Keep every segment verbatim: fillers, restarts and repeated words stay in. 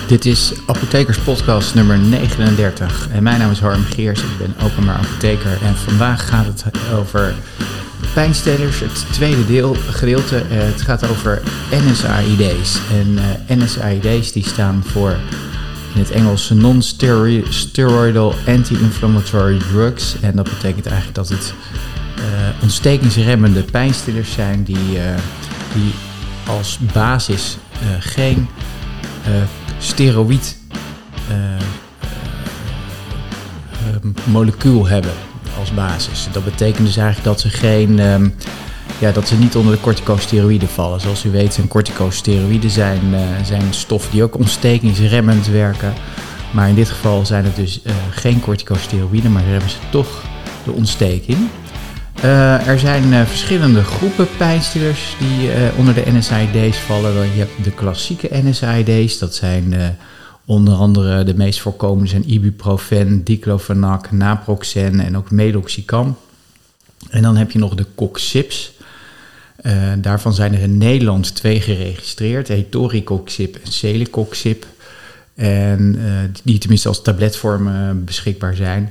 Dit is Apothekers Podcast nummer negenendertig. En mijn naam is Harm Geers, ik ben openbaar apotheker. En vandaag gaat het over pijnstillers, het tweede deel, gedeelte. Uh, het gaat over N S A I D's. En uh, N S A I D's die staan voor in het Engels non-steroidal anti-inflammatory drugs. En dat betekent eigenlijk dat het uh, ontstekingsremmende pijnstillers zijn die, uh, die als basis uh, geen uh, steroïd uh, uh, uh, molecuul hebben als basis. Dat betekent dus eigenlijk dat ze geen, um, ja, dat ze niet onder de corticosteroïden vallen. Zoals u weet zijn corticosteroïden zijn, uh, zijn stoffen die ook ontstekingsremmend werken. Maar in dit geval zijn het dus uh, geen corticosteroïden, maar remmen ze toch de ontsteking. Uh, er zijn uh, verschillende groepen pijnstillers die uh, onder de N S A I D's vallen. Je hebt de klassieke N S A I D's, dat zijn uh, onder andere de meest voorkomende zijn ibuprofen, diclofenac, naproxen en ook meloxicam. En dan heb je nog de coxibs. Uh, daarvan zijn er in Nederland twee geregistreerd, etoricoxib en celecoxib. En uh, die tenminste als tabletvorm uh, beschikbaar zijn.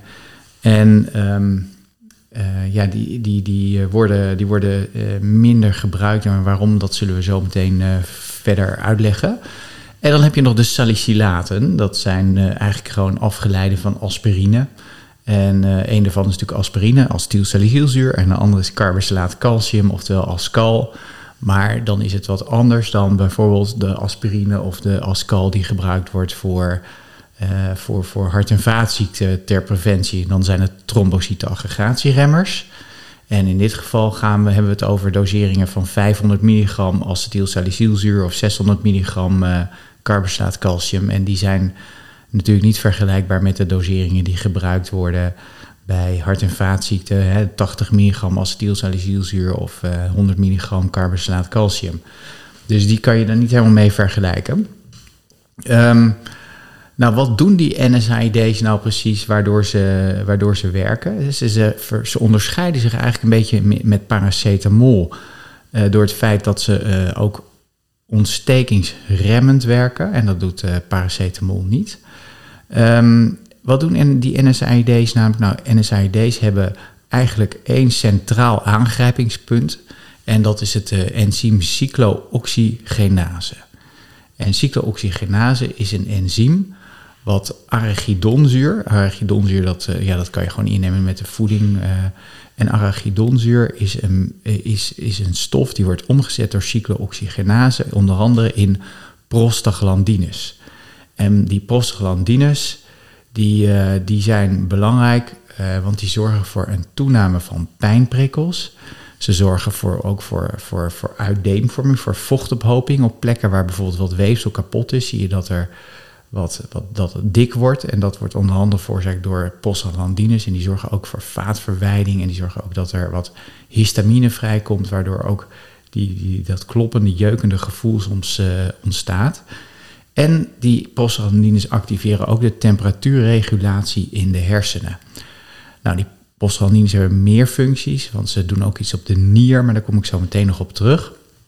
En um, Uh, ja, die, die, die worden, die worden uh, minder gebruikt. En waarom, dat zullen we zo meteen uh, verder uitleggen. En dan heb je nog de salicylaten. Dat zijn uh, eigenlijk gewoon afgeleiden van aspirine. En uh, een daarvan is natuurlijk aspirine, acetylsalicylzuur. En de andere is carbosylaat calcium, oftewel Ascal. Maar dan is het wat anders dan bijvoorbeeld de aspirine of de Ascal die gebruikt wordt voor... Uh, voor, voor hart- en vaatziekten ter preventie. Dan zijn het trombocyteaggregatieremmers. En in dit geval gaan we, hebben we het over doseringen van vijfhonderd milligram acetylsalicylzuur of zeshonderd milligram uh, carbosylaat calcium. En die zijn natuurlijk niet vergelijkbaar met de doseringen die gebruikt worden bij hart- en vaatziekten. Hè, tachtig milligram acetylsalicylzuur of uh, honderd milligram carbosylaat calcium. Dus die kan je dan niet helemaal mee vergelijken. Um, Nou, wat doen die N S A I D's nou precies waardoor ze, waardoor ze werken? Ze, ze, ze onderscheiden zich eigenlijk een beetje met paracetamol uh, door het feit dat ze uh, ook ontstekingsremmend werken. En dat doet uh, paracetamol niet. Um, wat doen die N S A I D's namelijk? Nou, N S A I D's hebben eigenlijk één centraal aangrijpingspunt. En dat is het uh, enzym cyclooxygenase. En cyclooxygenase is een enzym wat arachidonzuur, arachidonzuur dat, uh, ja, dat kan je gewoon innemen met de voeding. Uh, en arachidonzuur is een, is, is een stof die wordt omgezet door cyclooxygenase, onder andere in prostaglandines. En die prostaglandines die, uh, die zijn belangrijk, uh, want die zorgen voor een toename van pijnprikkels. Ze zorgen voor, ook voor, voor, voor uiteenvorming, voor vochtophoping. Op plekken waar bijvoorbeeld wat weefsel kapot is, zie je dat er wat, wat dat het dik wordt. En dat wordt onder andere veroorzaakt door prostaglandines. En die zorgen ook voor vaatverwijding. En die zorgen ook dat er wat histamine vrijkomt, waardoor ook die, die, dat kloppende, jeukende gevoel soms uh, ontstaat. En die prostaglandines activeren ook de temperatuurregulatie in de hersenen. Nou, die prostaglandines hebben meer functies, want ze doen ook iets op de nier, maar daar kom ik zo meteen nog op terug.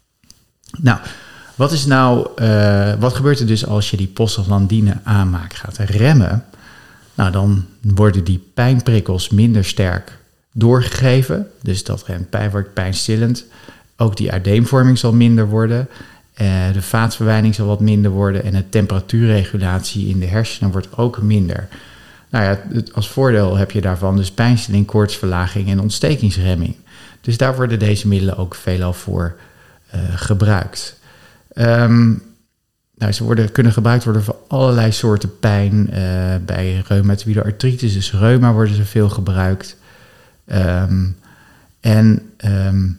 Nou, wat is nou, uh, wat gebeurt er dus als je die prostaglandine aanmaak gaat remmen? Nou, dan worden die pijnprikkels minder sterk doorgegeven, dus dat remt pijn, wordt pijnstillend. Ook die uiteenvorming zal minder worden, uh, de vaatverwijding zal wat minder worden en de temperatuurregulatie in de hersenen wordt ook minder. Nou ja, als voordeel heb je daarvan dus pijnstilling, koortsverlaging en ontstekingsremming. Dus daar worden deze middelen ook veelal voor uh, gebruikt. Um, nou, ze worden, kunnen gebruikt worden voor allerlei soorten pijn. Uh, bij reumatoïde artritis, dus reuma, worden ze veel gebruikt. Um, en um,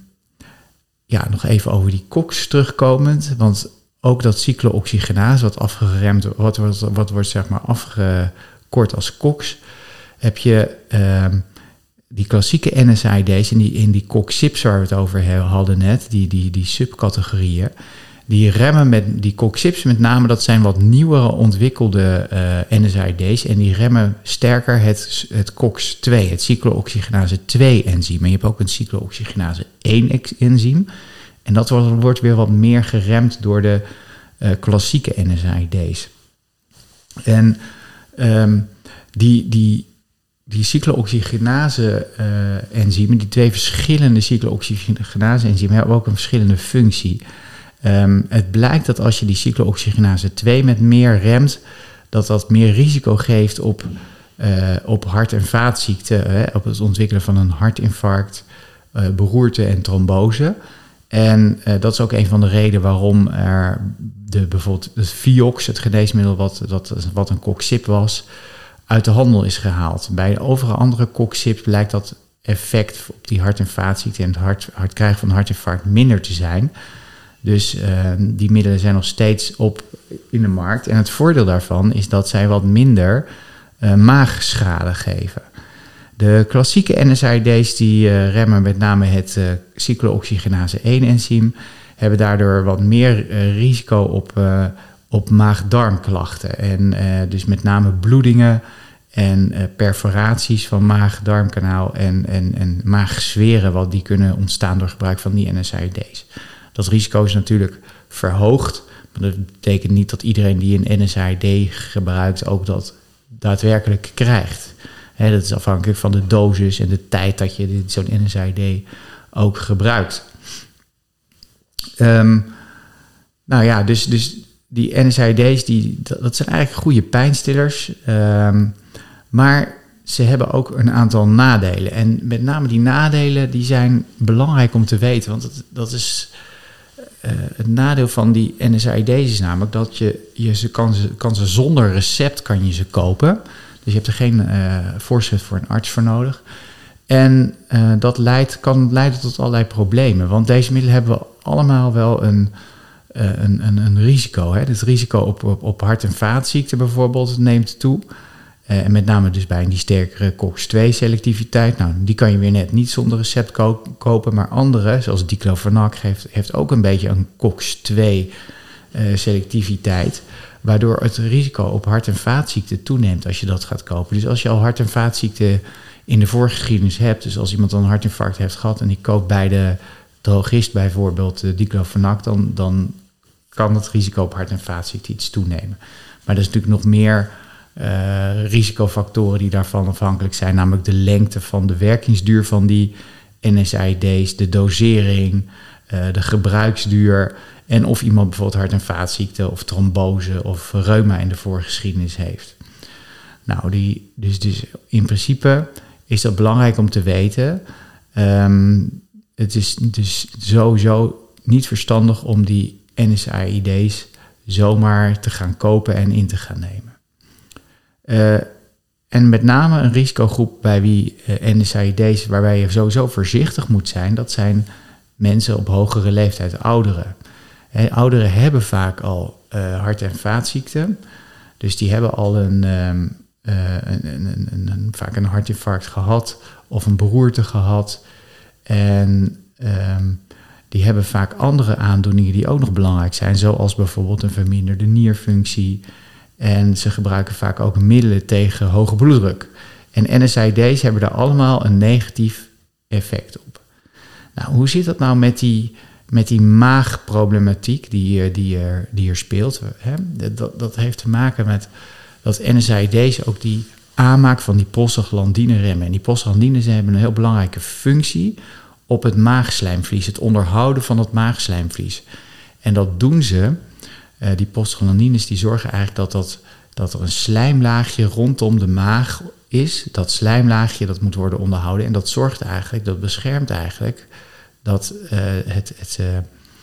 ja, nog even over die cox terugkomend. Want ook dat cyclooxygenase, wat afgeremd, wat, wat, wat wordt zeg maar afge kort als cox, heb je uh, die klassieke N S A I D's en die, in die coxibs waar we het over hadden net, die, die, die subcategorieën, die remmen met die coxibs met name, dat zijn wat nieuwere ontwikkelde uh, N S A I D's en die remmen sterker het, het cox twee, het cyclooxygenase twee enzym. En je hebt ook een cyclooxygenase één enzym en dat wordt, wordt weer wat meer geremd door de uh, klassieke N S A I D's. En um, die, die, die cyclooxygenase-enzymen, die twee verschillende cyclooxygenase-enzymen, hebben ook een verschillende functie. Um, het blijkt dat als je die cyclooxygenase twee met meer remt, dat dat meer risico geeft op, uh, op hart- en vaatziekten, hè, op het ontwikkelen van een hartinfarct, uh, beroerte en trombose. En uh, dat is ook een van de redenen waarom er de, bijvoorbeeld het Vioxx, het geneesmiddel wat, dat, wat een coxib was, uit de handel is gehaald. Bij de overige andere coxips blijkt dat effect op die hart- en vaatziekten en het hart, hart krijgen van een hartinfarct minder te zijn. Dus uh, die middelen zijn nog steeds op in de markt. En het voordeel daarvan is dat zij wat minder uh, maagschade geven. De klassieke N S A I D's die uh, remmen met name het uh, cyclooxygenase één-enzym, hebben daardoor wat meer uh, risico op, uh, op maag-darmklachten. En uh, dus met name bloedingen en uh, perforaties van maag-darmkanaal en, en, en maagzweren, wat die kunnen ontstaan door gebruik van die N S A I D's. Dat risico is natuurlijk verhoogd, maar dat betekent niet dat iedereen die een N S A I D gebruikt ook dat daadwerkelijk krijgt. He, dat is afhankelijk van de dosis en de tijd dat je zo'n N S A I D ook gebruikt. Um, nou ja, dus, dus die N S A I D's, die, dat zijn eigenlijk goede pijnstillers. Um, maar ze hebben ook een aantal nadelen. En met name die nadelen die zijn belangrijk om te weten. Want dat, dat is... Uh, het nadeel van die N S A I D's is namelijk dat je, je ze, kan, ze kan ze zonder recept kan je ze kopen. Dus je hebt er geen uh, voorschrift voor een arts voor nodig. En uh, dat leidt, kan leiden tot allerlei problemen. Want deze middelen hebben allemaal wel een, uh, een, een, een risico. Hè? Het risico op, op, op hart- en vaatziekten bijvoorbeeld neemt toe. Uh, en met name dus bij die sterkere cox twee selectiviteit. Nou, die kan je weer net niet zonder recept ko- kopen. Maar andere, zoals diclofenac, heeft, heeft ook een beetje een cox twee uh, selectiviteit. Waardoor het risico op hart- en vaatziekten toeneemt als je dat gaat kopen. Dus als je al hart- en vaatziekten in de voorgeschiedenis hebt, dus als iemand dan een hartinfarct heeft gehad en die koopt bij de drogist bijvoorbeeld uh, diclofenac, dan, dan kan het risico op hart- en vaatziekten iets toenemen. Maar er is natuurlijk nog meer uh, risicofactoren die daarvan afhankelijk zijn, namelijk de lengte van de werkingsduur van die N S A I D's, de dosering, uh, de gebruiksduur en of iemand bijvoorbeeld hart- en vaatziekten of trombose of reuma in de voorgeschiedenis heeft. Nou, die, dus, dus in principe is dat belangrijk om te weten. Um, het is dus sowieso niet verstandig om die N S A I D's zomaar te gaan kopen en in te gaan nemen. Uh, en met name een risicogroep bij wie uh, N S A I D's, waarbij je sowieso voorzichtig moet zijn, dat zijn mensen op hogere leeftijd, ouderen. He, ouderen hebben vaak al uh, hart- en vaatziekten. Dus die hebben al een, um, uh, een, een, een, een, vaak een hartinfarct gehad of een beroerte gehad. En um, die hebben vaak andere aandoeningen die ook nog belangrijk zijn, zoals bijvoorbeeld een verminderde nierfunctie. En ze gebruiken vaak ook middelen tegen hoge bloeddruk. En N S A I D's hebben daar allemaal een negatief effect op. Nou, hoe zit dat nou met die, met die maagproblematiek die, die, er, die er speelt? Hè? Dat, dat heeft te maken met dat N S A I D's ook die aanmaak van die prostaglandine remmen. En die prostaglandines hebben een heel belangrijke functie op het maagslijmvlies, het onderhouden van het maagslijmvlies. En dat doen ze, uh, die prostaglandines, die zorgen eigenlijk dat, dat, dat er een slijmlaagje rondom de maag is. Dat slijmlaagje, dat moet worden onderhouden. En dat zorgt eigenlijk, dat beschermt eigenlijk dat uh, het, het, uh, uh,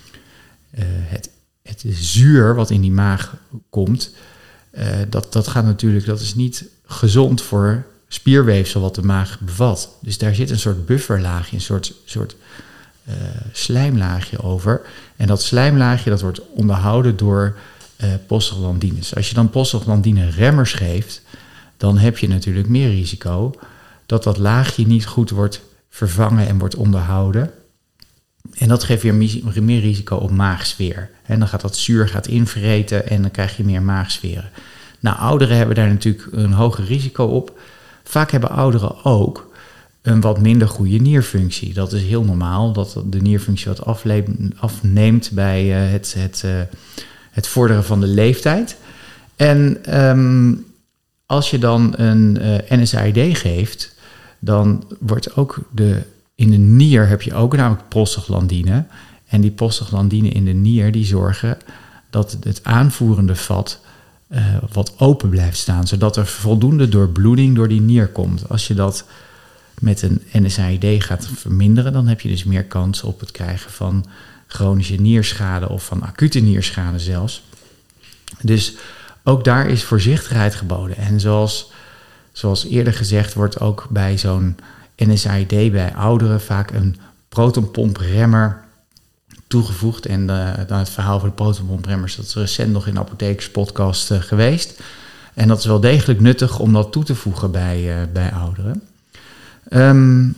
het, het zuur wat in die maag komt, uh, dat, dat gaat natuurlijk, dat is niet gezond voor spierweefsel wat de maag bevat. Dus daar zit een soort bufferlaagje, een soort, soort uh, slijmlaagje over. En dat slijmlaagje dat wordt onderhouden door uh, prostaglandines. Als je dan prostaglandine remmers geeft, dan heb je natuurlijk meer risico dat dat laagje niet goed wordt vervangen en wordt onderhouden. En dat geeft weer meer risico op maagzweer. En dan gaat dat zuur gaat invreten en dan krijg je meer maagzweren. Nou, ouderen hebben daar natuurlijk een hoger risico op. Vaak hebben ouderen ook een wat minder goede nierfunctie. Dat is heel normaal, dat de nierfunctie wat afle- afneemt bij uh, het, het, uh, het vorderen van de leeftijd. En um, als je dan een uh, N S A I D geeft, dan wordt ook de, in de nier heb je ook namelijk prostaglandine. En die prostaglandine in de nier, die zorgen dat het aanvoerende vat uh, wat open blijft staan, zodat er voldoende doorbloeding door die nier komt. Als je dat met een N S A I D gaat verminderen, dan heb je dus meer kans op het krijgen van chronische nierschade of van acute nierschade zelfs. Dus ook daar is voorzichtigheid geboden. En zoals, zoals eerder gezegd wordt ook bij zo'n N S A I D bij ouderen vaak een protonpompremmer toegevoegd. En uh, dan het verhaal van de protonpompremmers, dat is recent nog in de Apothekerspodcast uh, geweest. En dat is wel degelijk nuttig om dat toe te voegen bij, uh, bij ouderen. Um,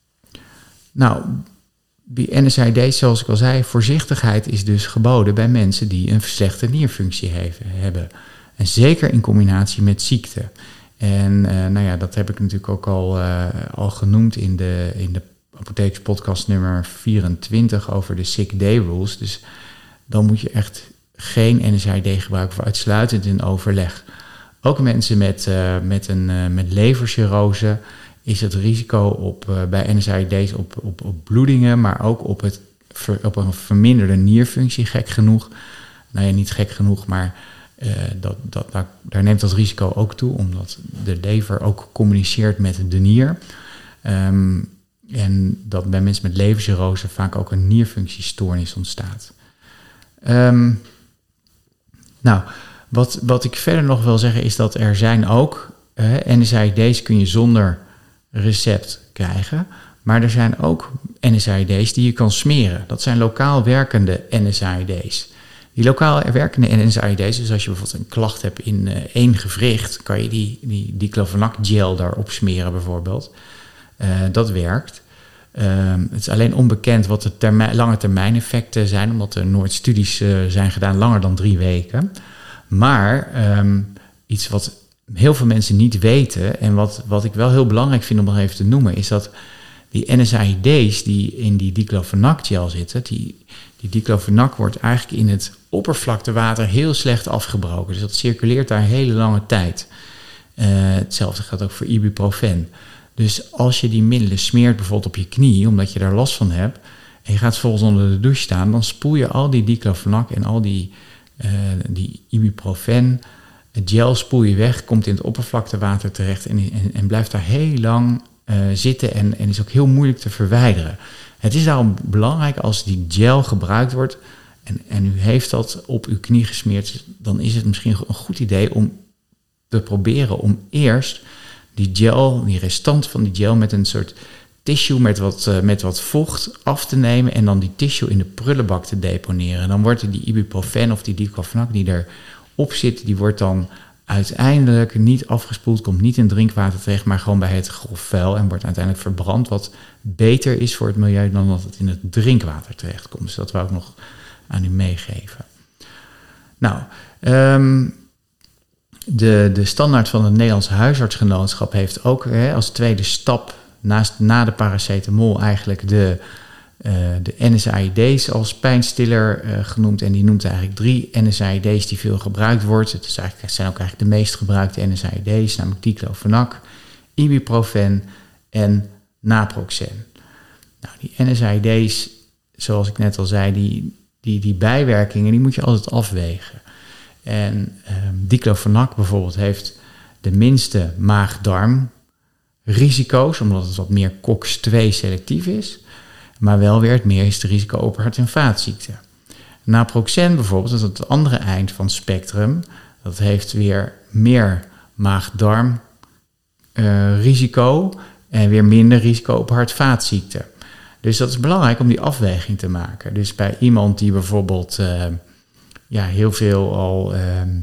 nou, die N S A I D, zoals ik al zei, voorzichtigheid is dus geboden bij mensen die een slechte nierfunctie heven, hebben. En zeker in combinatie met ziekte. En uh, nou ja, dat heb ik natuurlijk ook al, uh, al genoemd in de, in de Apothekerspodcast nummer vierentwintig over de sick day rules. Dus dan moet je echt geen N S A I D gebruiken voor uitsluitend in overleg. Ook mensen met, uh, met, een, uh, met levercirrose is het risico op, uh, bij N S A I D's op, op, op bloedingen, maar ook op, het, ver, op een verminderde nierfunctie, gek genoeg. Nou ja, niet gek genoeg, maar uh, dat, dat, daar, daar neemt dat risico ook toe, omdat de lever ook communiceert met de nier. Um, en dat bij mensen met levercirrose vaak ook een nierfunctiestoornis ontstaat. Um, nou, wat, wat ik verder nog wil zeggen is dat er zijn ook, uh, N S A I D's kun je zonder recept krijgen, maar er zijn ook N S A I D's die je kan smeren. Dat zijn lokaal werkende N S A I D's. Die lokaal werkende N S A I D's, dus als je bijvoorbeeld een klacht hebt in uh, één gewricht, kan je die, die diclofenac gel daarop smeren bijvoorbeeld. Uh, dat werkt. Uh, het is alleen onbekend wat de termijn, lange termijn effecten zijn, omdat er nooit studies uh, zijn gedaan langer dan drie weken. Maar um, iets wat heel veel mensen niet weten en wat, wat ik wel heel belangrijk vind om nog even te noemen, is dat die N S A I D's die in die diclofenac gel zitten, die, die diclofenac wordt eigenlijk in het oppervlaktewater heel slecht afgebroken. Dus dat circuleert daar een hele lange tijd. Uh, hetzelfde geldt ook voor ibuprofen. Dus als je die middelen smeert bijvoorbeeld op je knie, omdat je daar last van hebt, en je gaat vervolgens onder de douche staan, dan spoel je al die diclofenac en al die, uh, die ibuprofen gel spoel je weg, komt in het oppervlaktewater terecht en, en, en blijft daar heel lang uh, zitten en, en is ook heel moeilijk te verwijderen. Het is daarom belangrijk als die gel gebruikt wordt en, en u heeft dat op uw knie gesmeerd, dan is het misschien een goed idee om te proberen om eerst die gel, die restant van die gel met een soort tissue met wat, uh, met wat vocht af te nemen en dan die tissue in de prullenbak te deponeren. Dan wordt die ibuprofen of die diclofenac die erop zit, die wordt dan uiteindelijk niet afgespoeld, komt niet in drinkwater terecht, maar gewoon bij het grof vuil en wordt uiteindelijk verbrand, wat beter is voor het milieu dan dat het in het drinkwater terecht komt. Dus dat wou ik nog aan u meegeven. Nou, um, De, de standaard van het Nederlands Huisartsgenootschap heeft ook hè, als tweede stap naast, na de paracetamol eigenlijk de, uh, de N S A I D's als pijnstiller uh, genoemd. En die noemt eigenlijk drie N S A I D's die veel gebruikt wordt. Het, is eigenlijk, het zijn ook eigenlijk de meest gebruikte N S A I D's, namelijk diclofenac, ibuprofen en naproxen. Nou, die N S A I D's, zoals ik net al zei, die, die, die bijwerkingen, die moet je altijd afwegen. En um, diclofenac bijvoorbeeld heeft de minste maag-darm risico's, omdat het wat meer C O X twee selectief is, maar wel weer het meeste risico op hart- en vaatziekten. Naproxen bijvoorbeeld, dat is het andere eind van het spectrum, dat heeft weer meer maag-darm uh, risico en weer minder risico op hart-vaatziekten. Dus dat is belangrijk om die afweging te maken. Dus bij iemand die bijvoorbeeld Uh, ja, heel veel al uh,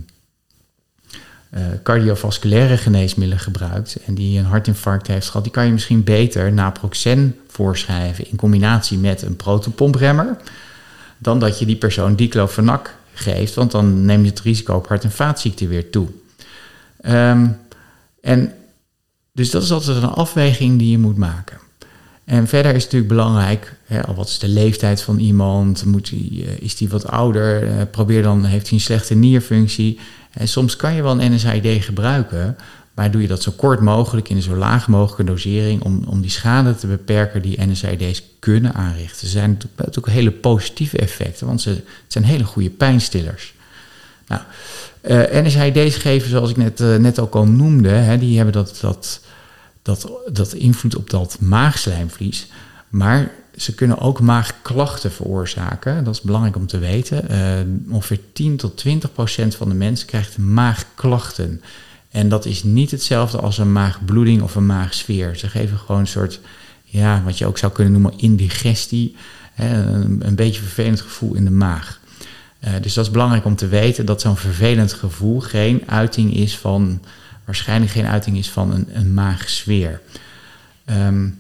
uh, cardiovasculaire geneesmiddelen gebruikt en die een hartinfarct heeft gehad, die kan je misschien beter naproxen voorschrijven in combinatie met een protonpompremmer, dan dat je die persoon diclofenac geeft, want dan neem je het risico op hart- en vaatziekten weer toe. Um, en dus dat is altijd een afweging die je moet maken. En verder is het natuurlijk belangrijk, Hè, wat is de leeftijd van iemand? Moet die, uh, is die wat ouder? Uh, probeer dan, heeft hij een slechte nierfunctie? En soms kan je wel een N S A I D gebruiken, maar doe je dat zo kort mogelijk in een zo laag mogelijke dosering om, om die schade te beperken die N S A I D's kunnen aanrichten. Ze zijn natuurlijk ook hele positieve effecten, want ze, het zijn hele goede pijnstillers. Nou, uh, N S A I D's geven, zoals ik net, uh, net ook al noemde, hè, die hebben dat, dat, dat, dat invloed op dat maagslijmvlies, maar ze kunnen ook maagklachten veroorzaken. Dat is belangrijk om te weten. Uh, ongeveer tien tot twintig procent van de mensen krijgt maagklachten. En dat is niet hetzelfde als een maagbloeding of een maagsfeer. Ze geven gewoon een soort, ja, wat je ook zou kunnen noemen indigestie. Hè, een, een beetje vervelend gevoel in de maag. Uh, dus dat is belangrijk om te weten dat zo'n vervelend gevoel geen uiting is van, waarschijnlijk geen uiting is van een, een maagsfeer. Um,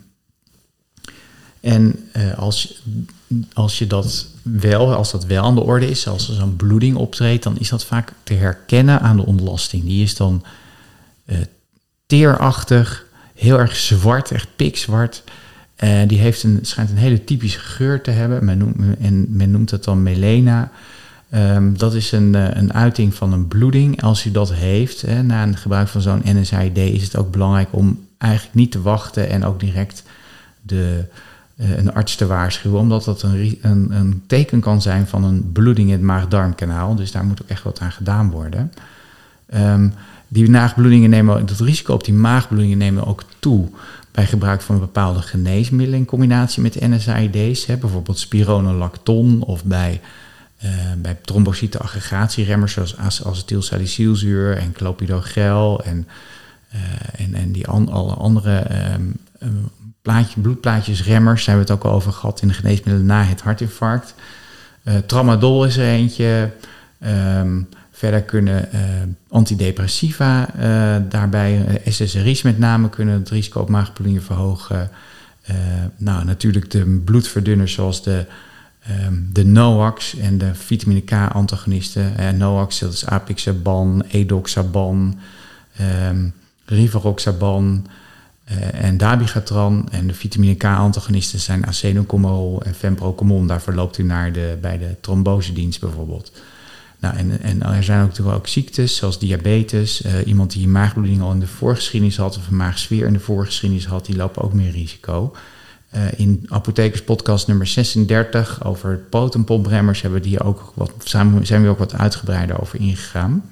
En uh, als, als je dat wel, als dat wel aan de orde is, als er zo'n bloeding optreedt, dan is dat vaak te herkennen aan de ontlasting. Die is dan uh, teerachtig, heel erg zwart, echt pikzwart. Uh, die heeft een, schijnt een hele typische geur te hebben. Men noemt, en men noemt het dan melena. Um, dat is een, uh, een uiting van een bloeding. Als u dat heeft, hè, na het gebruik van zo'n N S A I D, is het ook belangrijk om eigenlijk niet te wachten en ook direct de... een arts te waarschuwen, omdat dat een, een, een teken kan zijn van een bloeding in het maag-darmkanaal. Dus daar moet ook echt wat aan gedaan worden. Um, die maagbloedingen nemen, het risico op die maagbloedingen nemen ook toe bij gebruik van bepaalde geneesmiddelen in combinatie met N S A I D's. Hè, bijvoorbeeld spironolacton of bij, uh, bij trombocytenaggregatieremmers zoals acetylsalicylzuur en clopidogrel en, uh, en, en die an, alle andere um, um, Plaatje, bloedplaatjesremmers, daar hebben we het ook al over gehad in de geneesmiddelen na het hartinfarct. Uh, tramadol is er eentje. Um, verder kunnen uh, antidepressiva uh, daarbij, uh, S S R I's met name, kunnen het risico op maagbloedingen verhogen. Uh, nou, natuurlijk de bloedverdunners zoals de, um, de NOACs en de vitamine K-antagonisten. Uh, NOACs, dat is apixaban, edoxaban, um, rivaroxaban, Uh, en dabigatran en de vitamine K-antagonisten zijn acetylcomerol en fenprocomon. Daar verloopt u naar de, bij de trombosedienst bijvoorbeeld. Nou, en, en er zijn ook, ook ziektes zoals diabetes. Uh, iemand die maagbloeding al in de voorgeschiedenis had of een maagsfeer in de voorgeschiedenis had, die lopen ook meer risico. Uh, in Apothekers podcast nummer zesendertig over protonpompremmers hebben we die ook wat, zijn we ook wat uitgebreider over ingegaan.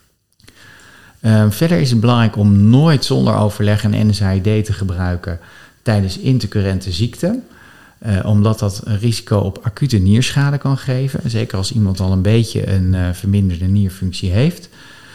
Uh, verder is het belangrijk om nooit zonder overleg een N S A I D te gebruiken tijdens intercurrente ziekte. Uh, omdat dat een risico op acute nierschade kan geven. Zeker als iemand al een beetje een uh, verminderde nierfunctie heeft.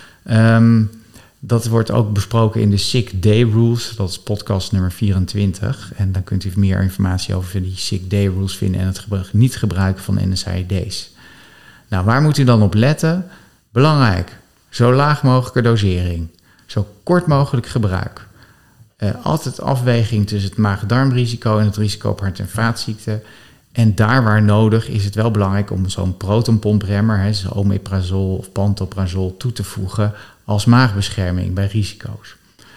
Um, dat wordt ook besproken in de Sick Day Rules. Dat is podcast nummer vierentwintig. En dan kunt u meer informatie over die Sick Day Rules vinden en het gebruik, niet gebruiken van N S A I D's. Nou, waar moet u dan op letten? Belangrijk. Zo laag mogelijke dosering. Zo kort mogelijk gebruik. Uh, altijd afweging tussen het maag-darmrisico en het risico op hart- en vaatziekten. En daar waar nodig is het wel belangrijk om zo'n protonpompremmer, hè, zoals omeprazol of pantoprazol, toe te voegen als maagbescherming bij risico's.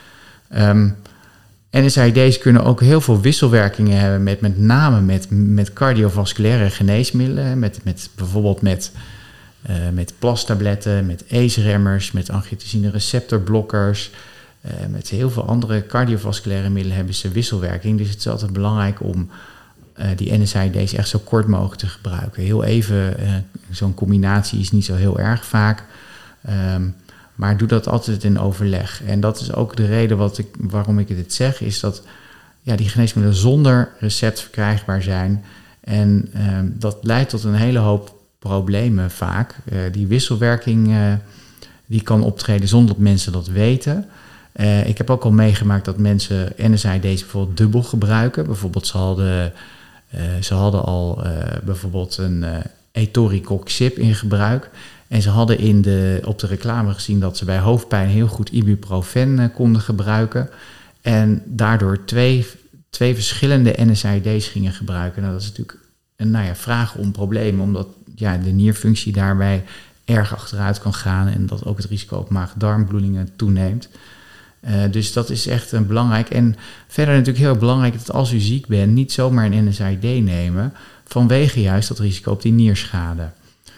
Um, N S A I D's kunnen ook heel veel wisselwerkingen hebben, met, met name met, met cardiovasculaire geneesmiddelen. Met, met, bijvoorbeeld met... Uh, met plastabletten, met A C E-remmers, met angiotensine receptorblokkers. Uh, met heel veel andere cardiovasculaire middelen hebben ze wisselwerking. Dus het is altijd belangrijk om uh, die N S A I D's echt zo kort mogelijk te gebruiken. Heel even, uh, zo'n combinatie is niet zo heel erg vaak. Um, maar doe dat altijd in overleg. En dat is ook de reden wat ik, waarom ik dit zeg, is dat ja, die geneesmiddelen zonder recept verkrijgbaar zijn. En um, dat leidt tot een hele hoop problemen vaak. Uh, die wisselwerking uh, die kan optreden zonder dat mensen dat weten. Uh, ik heb ook al meegemaakt dat mensen N S A I D's bijvoorbeeld dubbel gebruiken. Bijvoorbeeld ze hadden, uh, ze hadden al uh, bijvoorbeeld een uh, etoricoxib in gebruik. En ze hadden in de, op de reclame gezien dat ze bij hoofdpijn heel goed ibuprofen uh, konden gebruiken. En daardoor twee, twee verschillende N S A I D's gingen gebruiken. Nou, dat is natuurlijk een nou ja, vraag om problemen, omdat ja, de nierfunctie daarbij erg achteruit kan gaan en dat ook het risico op maag-darmbloedingen toeneemt. Uh, dus dat is echt een belangrijk. En verder natuurlijk heel belangrijk dat als u ziek bent, niet zomaar een N S A I D nemen, vanwege juist dat risico op die nierschade.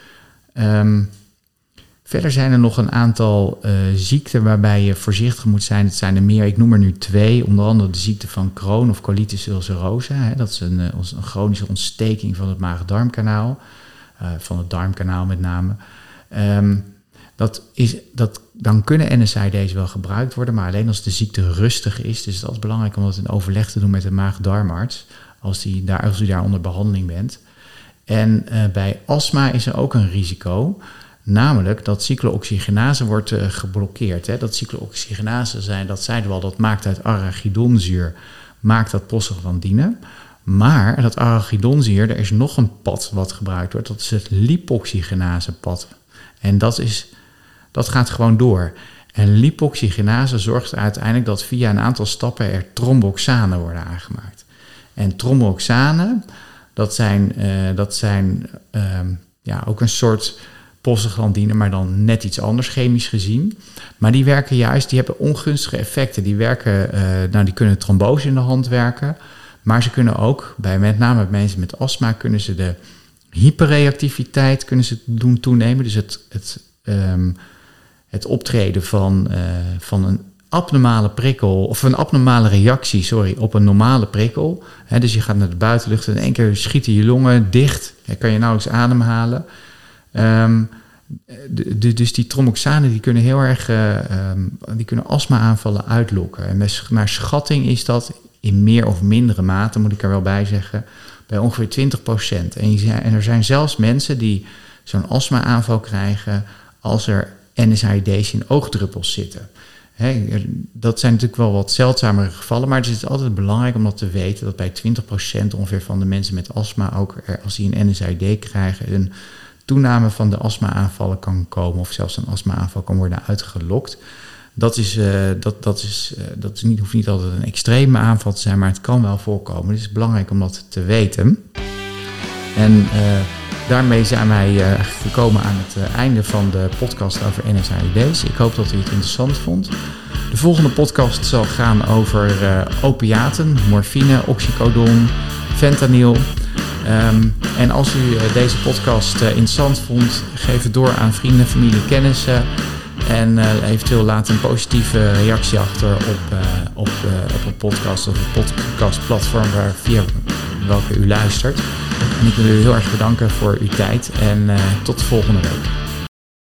Um, verder zijn er nog een aantal uh, ziekten waarbij je voorzichtig moet zijn. Het zijn er meer, ik noem er nu twee. Onder andere de ziekte van Crohn of colitis ulcerosa. Hè, dat is een, een chronische ontsteking van het maag-darmkanaal. Uh, van het darmkanaal met name. Um, dat is, dat, dan kunnen N S A I D's wel gebruikt worden, maar alleen als de ziekte rustig is. Dus dat is belangrijk om dat in overleg te doen met de maag-darmarts, als, die daar, als u daar onder behandeling bent. En uh, bij astma is er ook een risico, namelijk dat cyclooxygenase wordt uh, geblokkeerd. Hè. Dat cyclooxygenase zijn, dat zeiden we al, dat maakt uit arachidonzuur, maakt dat prostaglandine. Maar dat arachidonzuur, er is nog een pad wat gebruikt wordt, dat is het lipoxygenase pad. En dat, is, dat gaat gewoon door. En lipoxygenase zorgt er uiteindelijk dat via een aantal stappen er tromboxanen worden aangemaakt. En tromboxanen, dat zijn, uh, dat zijn um, ja, ook een soort prostaglandine, maar dan net iets anders chemisch gezien. Maar die werken juist, die hebben ongunstige effecten. Die werken, uh, nou, die kunnen trombose in de hand werken, maar ze kunnen ook, bij met name mensen met astma, kunnen ze de hyperreactiviteit kunnen ze doen toenemen. Dus het, het, um, het optreden van, uh, van een abnormale prikkel, of een abnormale reactie, sorry, op een normale prikkel. He, dus je gaat naar de buitenlucht en in één keer schieten je longen dicht. Dan kan je nauwelijks ademhalen. Um, de, de, dus die tromboxanen die kunnen heel erg, uh, um, die kunnen astma-aanvallen uitlokken. En naar schatting is dat in meer of mindere mate, moet ik er wel bij zeggen, bij ongeveer twintig procent. En, je, en er zijn zelfs mensen die zo'n astma-aanval krijgen als er N S A I D's in oogdruppels zitten. He, dat zijn natuurlijk wel wat zeldzamere gevallen, maar het is altijd belangrijk om dat te weten, dat bij twintig procent ongeveer van de mensen met astma, ook er, als die een N S A I D krijgen, een toename van de astma-aanvallen kan komen, of zelfs een astma-aanval kan worden uitgelokt. Dat, is, uh, dat, dat, is, uh, dat is niet, hoeft niet altijd een extreme aanval te zijn, maar het kan wel voorkomen. Dus het is belangrijk om dat te weten. En uh, daarmee zijn wij uh, gekomen aan het uh, einde van de podcast over N S A I D's. Ik hoop dat u het interessant vond. De volgende podcast zal gaan over uh, opiaten, morfine, oxycodon, fentanyl. Um, en als u uh, deze podcast uh, interessant vond, geef het door aan vrienden, familie, kennissen. En uh, eventueel laat een positieve reactie achter op, uh, op, uh, op een podcast of een podcastplatform waar, via welke u luistert. En ik wil u heel erg bedanken voor uw tijd en uh, tot de volgende week.